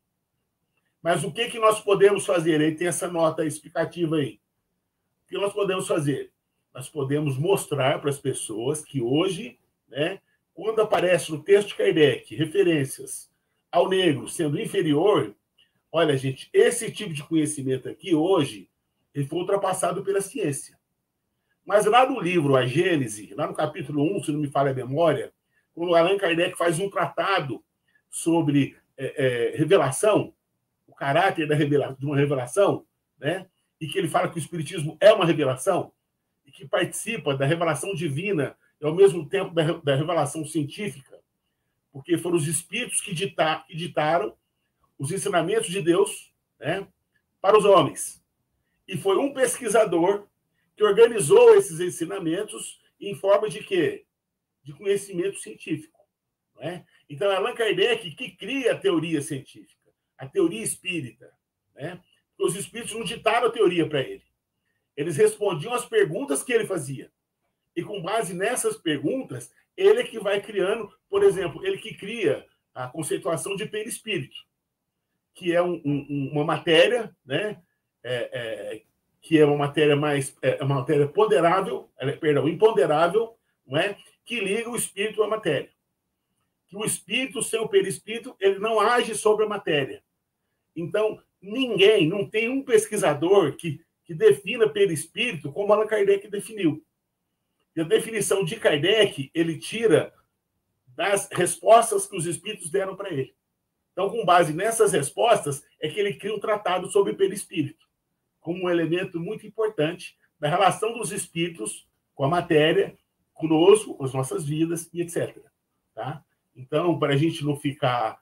Mas o que nós podemos fazer? Aí tem essa nota explicativa aí. O que nós podemos fazer? Nós podemos mostrar para as pessoas que hoje, né, quando aparece no texto de Kardec referências ao negro sendo inferior, olha, gente, esse tipo de conhecimento aqui hoje ele foi ultrapassado pela ciência. Mas lá no livro A Gênese, lá no capítulo 1, se não me falha a memória, quando Allan Kardec faz um tratado sobre revelação, o caráter de uma revelação, né? E que ele fala que o Espiritismo é uma revelação, e que participa da revelação divina e, ao mesmo tempo, da revelação científica, porque foram os Espíritos que ditaram os ensinamentos de Deus, né, para os homens. E foi um pesquisador que organizou esses ensinamentos em forma de quê? De conhecimento científico. Né? Então, é Allan Kardec que cria a teoria científica, a teoria espírita. Né? Os espíritos não ditaram a teoria para ele. Eles respondiam às perguntas que ele fazia. E, com base nessas perguntas, ele é que vai criando, por exemplo, ele que cria a conceituação de perispírito, que é uma matéria, né, que é uma matéria uma matéria ponderável, imponderável, não é? Que liga o espírito à matéria. Que o espírito, sem o perispírito, ele não age sobre a matéria. Então, não tem um pesquisador que defina perispírito como Allan Kardec definiu. E a definição de Kardec, ele tira das respostas que os espíritos deram para ele. Então, com base nessas respostas, é que ele cria um tratado sobre perispírito, como um elemento muito importante da relação dos espíritos com a matéria, conosco, com as nossas vidas e etc. Tá? Então, para a gente não ficar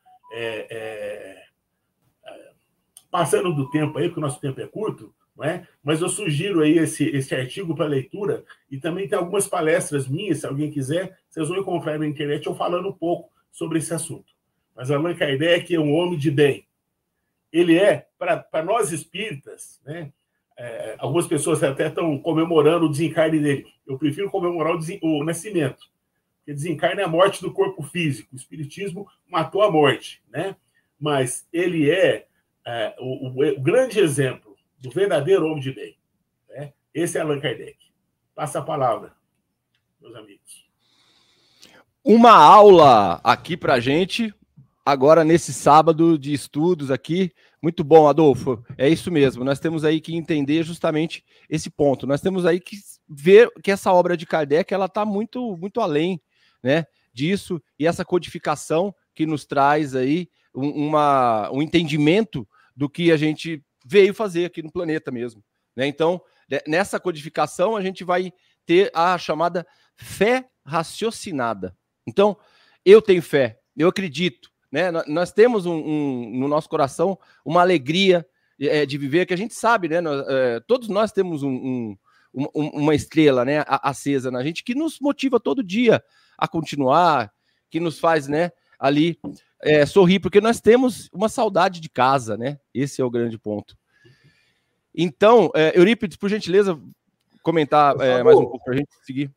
passando do tempo aí, porque o nosso tempo é curto, não é? Mas eu sugiro aí esse artigo para leitura, e também tem algumas palestras minhas, se alguém quiser, vocês vão encontrar na internet eu falando um pouco sobre esse assunto. Mas Allan Kardec é um homem de bem. Ele para nós espíritas, né? Algumas pessoas até estão comemorando o desencarne dele. Eu prefiro comemorar o nascimento, porque desencarne é a morte do corpo físico. O espiritismo matou a morte, né? Mas ele o grande exemplo do verdadeiro homem de bem, né? Esse é Allan Kardec. Passa a palavra, meus amigos. Uma aula aqui para gente, agora nesse sábado de estudos aqui. Muito bom, Adolfo. É isso mesmo. Nós temos aí que entender justamente esse ponto. Nós temos aí que ver que essa obra de Kardec, ela está muito, muito além, né, disso, e essa codificação que nos traz aí um entendimento do que a gente veio fazer aqui no planeta mesmo, né? Então, nessa codificação, a gente vai ter a chamada fé raciocinada. Então, eu tenho fé, eu acredito, né? Nós temos no nosso coração uma alegria de viver, que a gente sabe, né? Todos nós temos uma estrela, né, acesa na gente, que nos motiva todo dia a continuar, que nos faz, né, ali sorrir, porque nós temos uma saudade de casa, né? Esse é o grande ponto. Então, Eurípides, por gentileza, comentar mais um pouco para a gente seguir.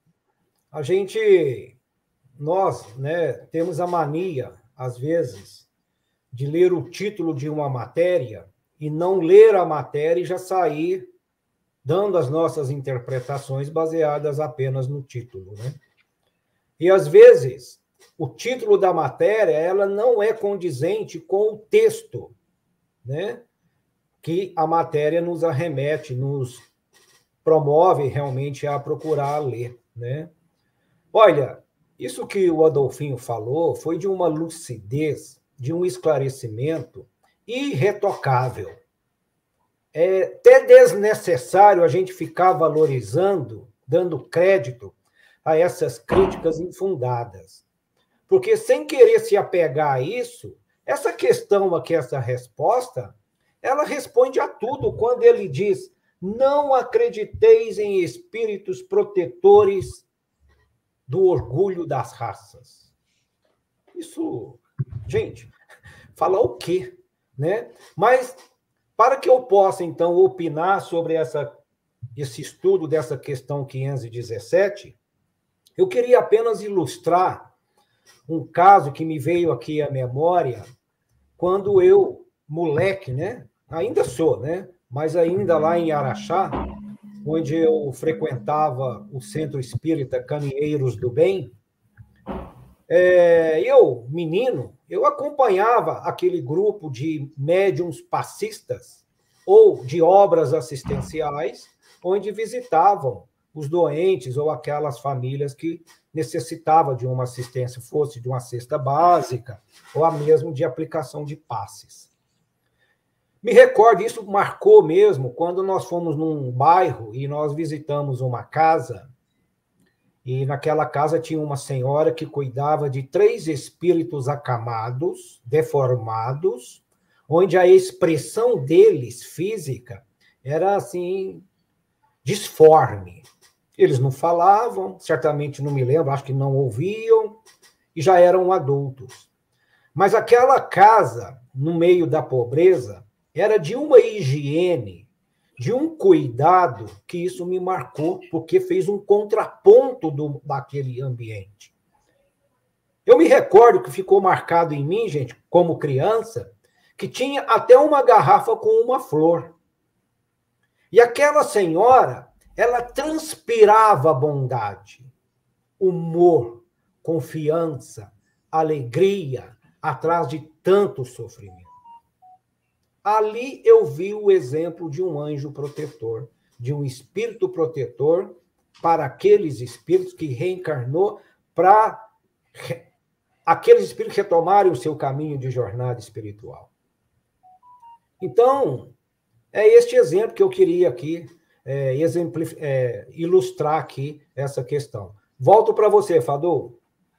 Nós, né, temos a mania, às vezes, de ler o título de uma matéria e não ler a matéria e já sair dando as nossas interpretações baseadas apenas no título, né? E, às vezes, o título da matéria ela não é condizente com o texto, né, que a matéria nos arremete, nos promove realmente a procurar ler, né? Olha, isso que o Adolfinho falou foi de uma lucidez, de um esclarecimento irretocável. É até desnecessário a gente ficar valorizando, dando crédito a essas críticas infundadas. Porque, sem querer se apegar a isso, essa questão aqui, essa resposta, ela responde a tudo quando ele diz: não acrediteis em espíritos protetores do orgulho das raças. Isso, gente, falar o quê, né? Mas, para que eu possa, então, opinar sobre esse estudo dessa questão 517, eu queria apenas ilustrar um caso que me veio aqui à memória quando eu, moleque, né? Ainda sou, né? Mas ainda lá em Araxá, onde eu frequentava o Centro Espírita Caminheiros do Bem, eu, menino, eu acompanhava aquele grupo de médiuns passistas ou de obras assistenciais, onde visitavam os doentes ou aquelas famílias que necessitavam de uma assistência, fosse de uma cesta básica ou a mesmo de aplicação de passes. Me recordo, isso marcou mesmo, quando nós fomos num bairro e nós visitamos uma casa, e naquela casa tinha uma senhora que cuidava de 3 espíritos acamados, deformados, onde a expressão deles, física, era assim, disforme. Eles não falavam, certamente não me lembro, acho que não ouviam, e já eram adultos. Mas aquela casa, no meio da pobreza, era de uma higiene, de um cuidado, que isso me marcou, porque fez um contraponto daquele ambiente. Eu me recordo que ficou marcado em mim, gente, como criança, que tinha até uma garrafa com uma flor. E aquela senhora, ela transpirava bondade, humor, confiança, alegria, atrás de tanto sofrimento. Ali eu vi o exemplo de um anjo protetor, de um espírito protetor para aqueles espíritos que reencarnou para aqueles espíritos retomarem o seu caminho de jornada espiritual. Então, é este exemplo que eu queria aqui ilustrar aqui essa questão. Volto para você, Fadu.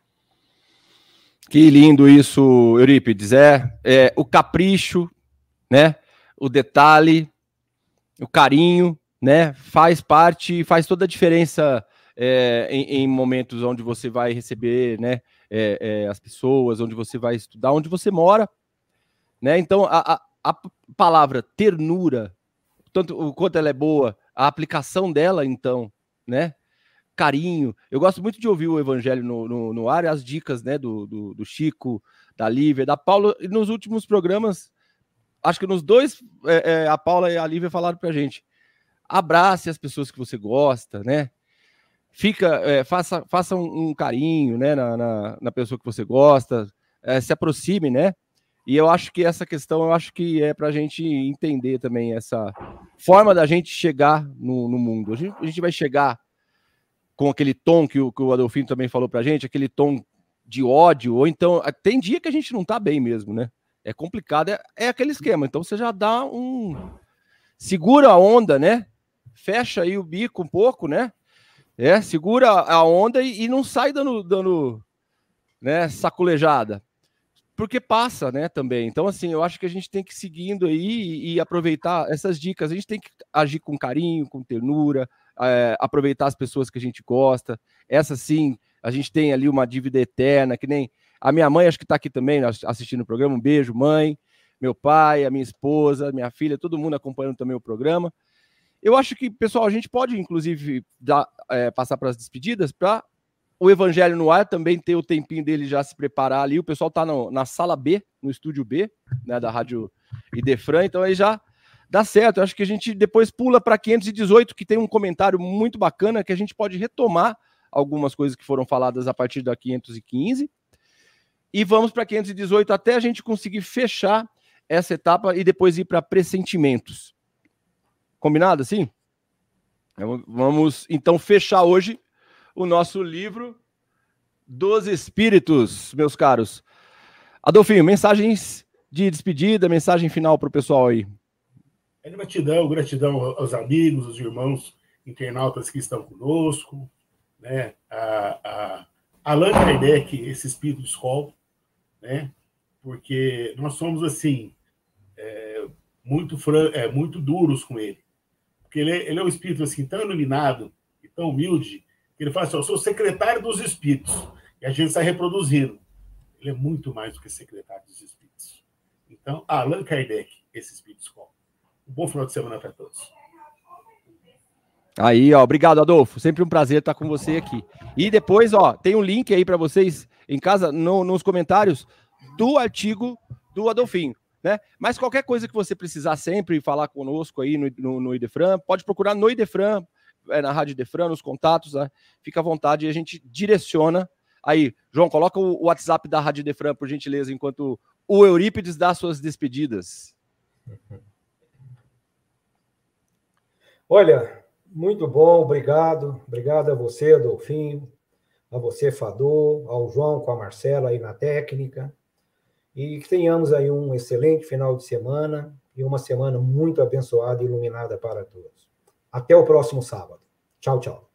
Que lindo isso, Eurípides. O capricho, né? O detalhe, o carinho, né? Faz parte, faz toda a diferença em momentos onde você vai receber, né? As pessoas, onde você vai estudar, onde você mora, né? Então, a palavra ternura, tanto o quanto ela é boa, a aplicação dela, então, né? Carinho. Eu gosto muito de ouvir o Evangelho no ar, as dicas, né? Do Chico, da Lívia, da Paula. E nos últimos programas, acho que nos dois, a Paula e a Lívia falaram pra gente: abrace as pessoas que você gosta, né? Faça um carinho, né? Na pessoa que você gosta, se aproxime, né? E eu acho que essa questão, eu acho que é pra gente entender também essa forma da gente chegar no mundo. A gente vai chegar com aquele tom que o Adolfinho também falou pra gente, aquele tom de ódio, ou então, tem dia que a gente não tá bem mesmo, né? É complicado, é aquele esquema. Então você já dá segura a onda, né? Fecha aí o bico um pouco, né? Segura a onda e não sai dando né, sacolejada. Porque passa, né, também. Então, assim, eu acho que a gente tem que ir seguindo aí e aproveitar essas dicas. A gente tem que agir com carinho, com ternura, aproveitar as pessoas que a gente gosta. Essa, sim, a gente tem ali uma dívida eterna, que nem a minha mãe, acho que está aqui também assistindo o programa. Um beijo, mãe, meu pai, a minha esposa, minha filha, todo mundo acompanhando também o programa. Eu acho que, pessoal, a gente pode, inclusive, passar para as despedidas, para o Evangelho no Ar também ter o tempinho dele já se preparar ali. O pessoal está na sala B, no estúdio B, né, da Rádio Idefran, então aí já dá certo. Eu acho que a gente depois pula para 518, que tem um comentário muito bacana, que a gente pode retomar algumas coisas que foram faladas a partir da 515, e vamos para 518 até a gente conseguir fechar essa etapa e depois ir para pressentimentos. Combinado assim? Vamos então fechar hoje o nosso livro dos Espíritos, meus caros. Adolfinho, mensagens de despedida, mensagem final para o pessoal aí. Gratidão aos amigos, aos irmãos internautas que estão conosco, né? A Allan Kardec, esse espírito de escola, né? Porque nós somos assim muito duros com ele, porque ele é um espírito assim tão iluminado e tão humilde. Ele fala assim: eu sou secretário dos espíritos. E a gente está reproduzindo. Ele é muito mais do que secretário dos espíritos. Então, Allan Kardec, esse espírito escola. Um bom final de semana para todos. Aí, ó, obrigado, Adolfo. Sempre um prazer estar com você aqui. E depois, ó, tem um link aí para vocês em casa, nos comentários, do artigo do Adolfinho, né? Mas qualquer coisa que você precisar sempre falar conosco aí no Idefran, pode procurar no Idefran, na Rádio Idefran, nos contatos, né? Fica à vontade e a gente direciona. Aí, João, coloca o WhatsApp da Rádio Idefran, por gentileza, enquanto o Eurípides dá suas despedidas. Olha, muito bom, obrigado. Obrigado a você, Adolfinho, a você, Fadu, ao João, com a Marcela aí na técnica. E que tenhamos aí um excelente final de semana e uma semana muito abençoada e iluminada para todos. Até o próximo sábado. Tchau, tchau.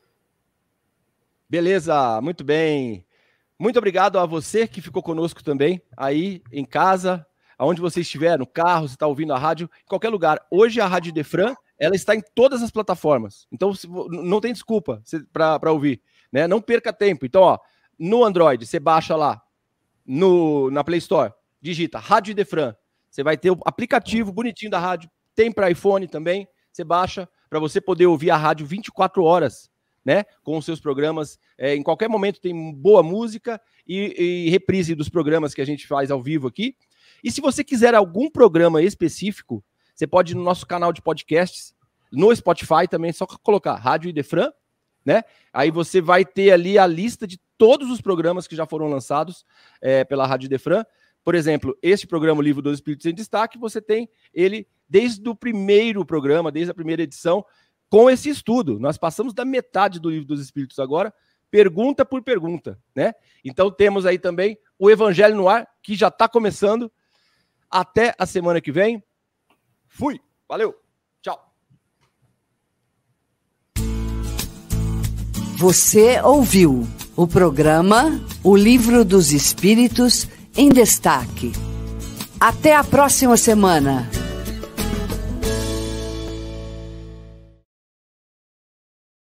Beleza, muito bem. Muito obrigado a você que ficou conosco também, aí em casa, aonde você estiver, no carro, você está ouvindo a rádio, em qualquer lugar. Hoje a Rádio Idefran, ela está em todas as plataformas. Então não tem desculpa para ouvir, né? Não perca tempo. Então, ó, no Android, você baixa lá, na Play Store, digita Rádio Idefran. Você vai ter o aplicativo bonitinho da rádio. Tem para iPhone também. Você baixa para você poder ouvir a rádio 24 horas, né? Com os seus programas. Em qualquer momento tem boa música e reprise dos programas que a gente faz ao vivo aqui. E se você quiser algum programa específico, você pode ir no nosso canal de podcasts. no Spotify também, só colocar Rádio Idefran, né? Aí você vai ter ali a lista de todos os programas que já foram lançados pela Rádio Idefran. Por exemplo, este programa, o Livro dos Espíritos em Destaque, você tem ele desde o primeiro programa, desde a primeira edição, com esse estudo. Nós passamos da metade do Livro dos Espíritos agora, pergunta por pergunta, né? Então temos aí também o Evangelho no Ar, que já está começando. Até a semana que vem. Fui. Valeu. Tchau. Você ouviu o programa O Livro dos Espíritos em Destaque. Até a próxima semana.